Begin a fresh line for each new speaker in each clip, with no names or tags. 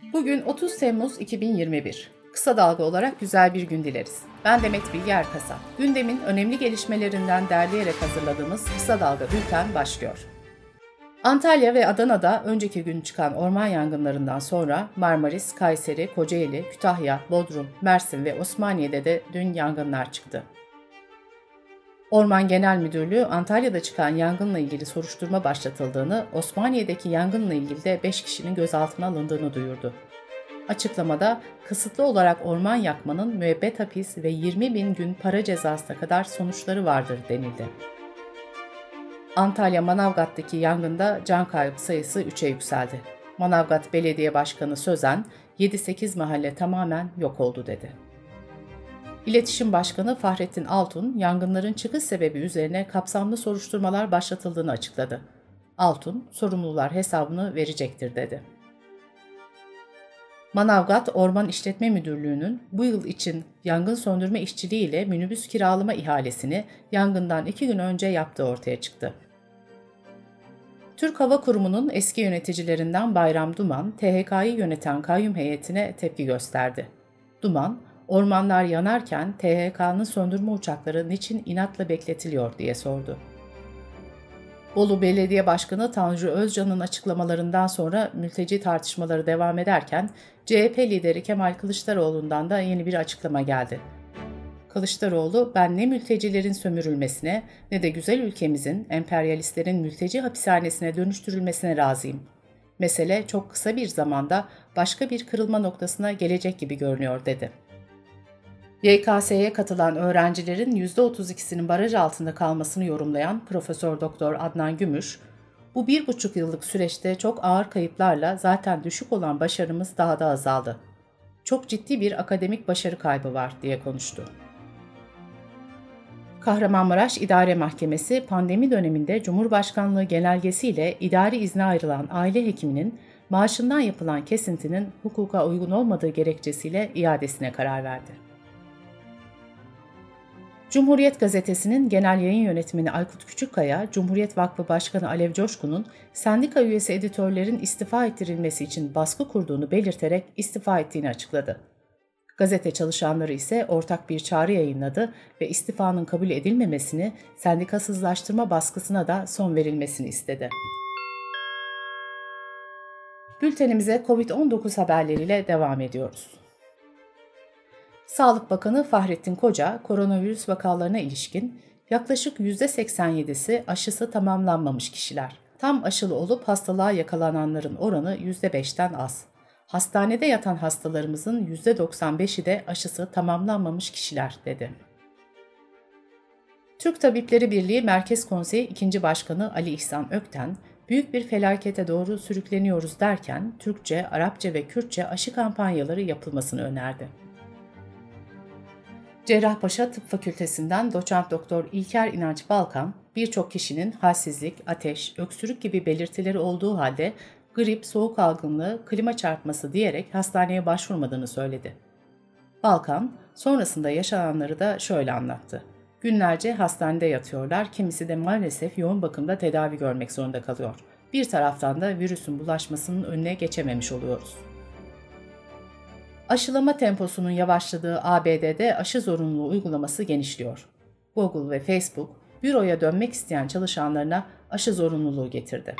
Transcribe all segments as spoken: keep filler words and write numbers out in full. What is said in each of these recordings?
Bugün otuz Temmuz iki bin yirmi bir. Kısa Dalga olarak güzel bir gün dileriz. Ben Demet Bilge Erkasap. Gündemin önemli gelişmelerinden derleyerek hazırladığımız Kısa Dalga Bülten başlıyor. Antalya ve Adana'da önceki gün çıkan orman yangınlarından sonra Marmaris, Kayseri, Kocaeli, Kütahya, Bodrum, Mersin ve Osmaniye'de de dün yangınlar çıktı. Orman Genel Müdürlüğü Antalya'da çıkan yangınla ilgili soruşturma başlatıldığını, Osmaniye'deki yangınla ilgili de beş kişinin gözaltına alındığını duyurdu. Açıklamada kısıtlı olarak orman yakmanın müebbet hapis ve yirmi bin gün para cezasına kadar sonuçları vardır denildi. Antalya Manavgat'taki yangında can kaybı sayısı üçe yükseldi. Manavgat Belediye Başkanı Sözen, yedi sekiz mahalle tamamen yok oldu dedi. İletişim Başkanı Fahrettin Altun, yangınların çıkış sebebi üzerine kapsamlı soruşturmalar başlatıldığını açıkladı. Altun, sorumlular hesabını verecektir dedi. Manavgat Orman İşletme Müdürlüğü'nün bu yıl için yangın söndürme işçiliği ile minibüs kiralama ihalesini yangından iki gün önce yaptığı ortaya çıktı. Türk Hava Kurumu'nun eski yöneticilerinden Bayram Duman, T H K'yı yöneten kayyum heyetine tepki gösterdi. Duman, ormanlar yanarken T H K'nın söndürme uçakları niçin inatla bekletiliyor diye sordu. Bolu Belediye Başkanı Tanju Özcan'ın açıklamalarından sonra mülteci tartışmaları devam ederken C H P lideri Kemal Kılıçdaroğlu'ndan da yeni bir açıklama geldi. Kılıçdaroğlu, ben ne mültecilerin sömürülmesine ne de güzel ülkemizin emperyalistlerin mülteci hapishanesine dönüştürülmesine razıyım. Mesele çok kısa bir zamanda başka bir kırılma noktasına gelecek gibi görünüyor dedi. Y K S'ye katılan öğrencilerin yüzde otuz ikisinin baraj altında kalmasını yorumlayan Profesör Doktor Adnan Gümüş, bu bir buçuk yıllık süreçte çok ağır kayıplarla zaten düşük olan başarımız daha da azaldı. Çok ciddi bir akademik başarı kaybı var diye konuştu. Kahramanmaraş İdare Mahkemesi, pandemi döneminde Cumhurbaşkanlığı genelgesiyle idari izne ayrılan aile hekiminin maaşından yapılan kesintinin hukuka uygun olmadığı gerekçesiyle iadesine karar verdi. Cumhuriyet Gazetesi'nin genel yayın yönetmeni Aykut Küçükkaya, Cumhuriyet Vakfı Başkanı Alev Coşkun'un sendika üyesi editörlerin istifa ettirilmesi için baskı kurduğunu belirterek istifa ettiğini açıkladı. Gazete çalışanları ise ortak bir çağrı yayınladı ve istifanın kabul edilmemesini, sendikasızlaştırma baskısına da son verilmesini istedi. Bültenimize kovid on dokuz haberleriyle devam ediyoruz. Sağlık Bakanı Fahrettin Koca, koronavirüs vakalarına ilişkin yaklaşık yüzde seksen yedisi aşısı tamamlanmamış kişiler. Tam aşılı olup hastalığa yakalananların oranı yüzde beşten az. Hastanede yatan hastalarımızın yüzde doksan beşi de aşısı tamamlanmamış kişiler dedi. Türk Tabipleri Birliği Merkez Konseyi ikinci Başkanı Ali İhsan Ökten, büyük bir felakete doğru sürükleniyoruz derken Türkçe, Arapça ve Kürtçe aşı kampanyaları yapılmasını önerdi. Cerrahpaşa Tıp Fakültesinden Doçent Doktor İlker İnanç Balkan, birçok kişinin halsizlik, ateş, öksürük gibi belirtileri olduğu halde grip, soğuk algınlığı, klima çarpması diyerek hastaneye başvurmadığını söyledi. Balkan, sonrasında yaşananları da şöyle anlattı. Günlerce hastanede yatıyorlar, kimisi de maalesef yoğun bakımda tedavi görmek zorunda kalıyor. Bir taraftan da virüsün bulaşmasının önüne geçememiş oluyoruz. Aşılama temposunun yavaşladığı A B D'de aşı zorunluluğu uygulaması genişliyor. Google ve Facebook, büroya dönmek isteyen çalışanlarına aşı zorunluluğu getirdi.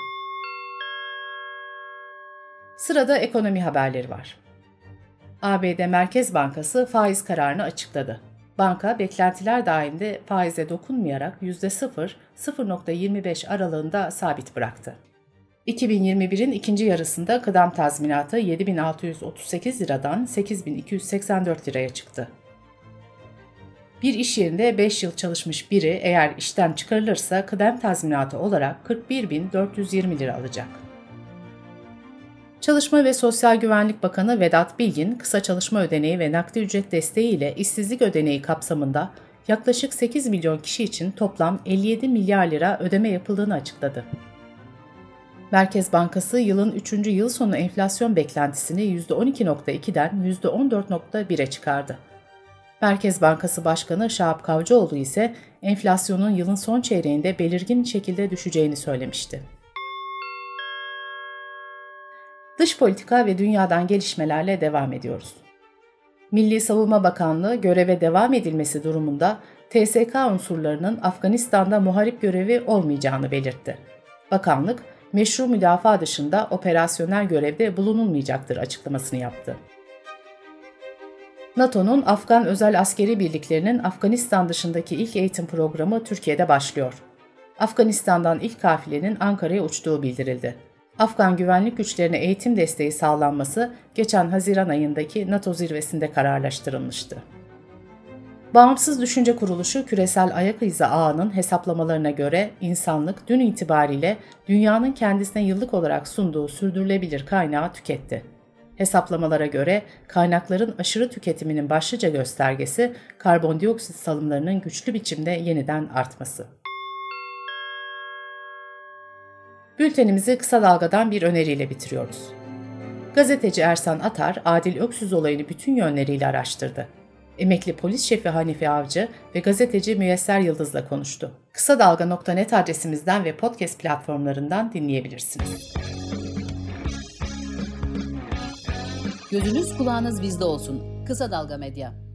Sırada ekonomi haberleri var. A B D Merkez Bankası faiz kararını açıkladı. Banka, beklentiler dahilinde faize dokunmayarak yüzde sıfır - sıfır virgül yirmi beş aralığında sabit bıraktı. iki bin yirmi birin ikinci yarısında kıdem tazminatı yedi bin altı yüz otuz sekiz liradan sekiz bin iki yüz seksen dört liraya çıktı. Bir iş yerinde beş yıl çalışmış biri eğer işten çıkarılırsa kıdem tazminatı olarak kırk bir bin dört yüz yirmi lira alacak. Çalışma ve Sosyal Güvenlik Bakanı Vedat Bilgin, kısa çalışma ödeneği ve nakdi ücret desteği ile işsizlik ödeneği kapsamında yaklaşık sekiz milyon kişi için toplam elli yedi milyar lira ödeme yapıldığını açıkladı. Merkez Bankası yılın üçüncü yıl sonu enflasyon beklentisini yüzde on iki virgül iki'den yüzde on dört virgül bir'e çıkardı. Merkez Bankası Başkanı Şahap Kavcıoğlu ise enflasyonun yılın son çeyreğinde belirgin şekilde düşeceğini söylemişti. Dış politika ve dünyadan gelişmelerle devam ediyoruz. Milli Savunma Bakanlığı göreve devam edilmesi durumunda T S K unsurlarının Afganistan'da muharip görevi olmayacağını belirtti. Bakanlık, meşru müdafaa dışında operasyonel görevde bulunulmayacaktır açıklamasını yaptı. NATO'nun Afgan özel askeri birliklerinin Afganistan dışındaki ilk eğitim programı Türkiye'de başlıyor. Afganistan'dan ilk kafilenin Ankara'ya uçtuğu bildirildi. Afgan güvenlik güçlerine eğitim desteği sağlanması geçen Haziran ayındaki NATO zirvesinde kararlaştırılmıştı. Bağımsız Düşünce Kuruluşu Küresel Ayak İzi Ağı'nın hesaplamalarına göre insanlık dün itibariyle dünyanın kendisine yıllık olarak sunduğu sürdürülebilir kaynağı tüketti. Hesaplamalara göre kaynakların aşırı tüketiminin başlıca göstergesi karbondioksit salımlarının güçlü biçimde yeniden artması. Bültenimizi kısa dalgadan bir öneriyle bitiriyoruz. Gazeteci Ersan Atar, Adil Öksüz olayını bütün yönleriyle araştırdı. Emekli polis şefi Hanife Avcı ve gazeteci Müyesser Yıldız'la konuştu. kısa dalga nokta net adresimizden ve podcast platformlarından dinleyebilirsiniz.
Gözünüz kulağınız bizde olsun. Kısa Dalga Medya.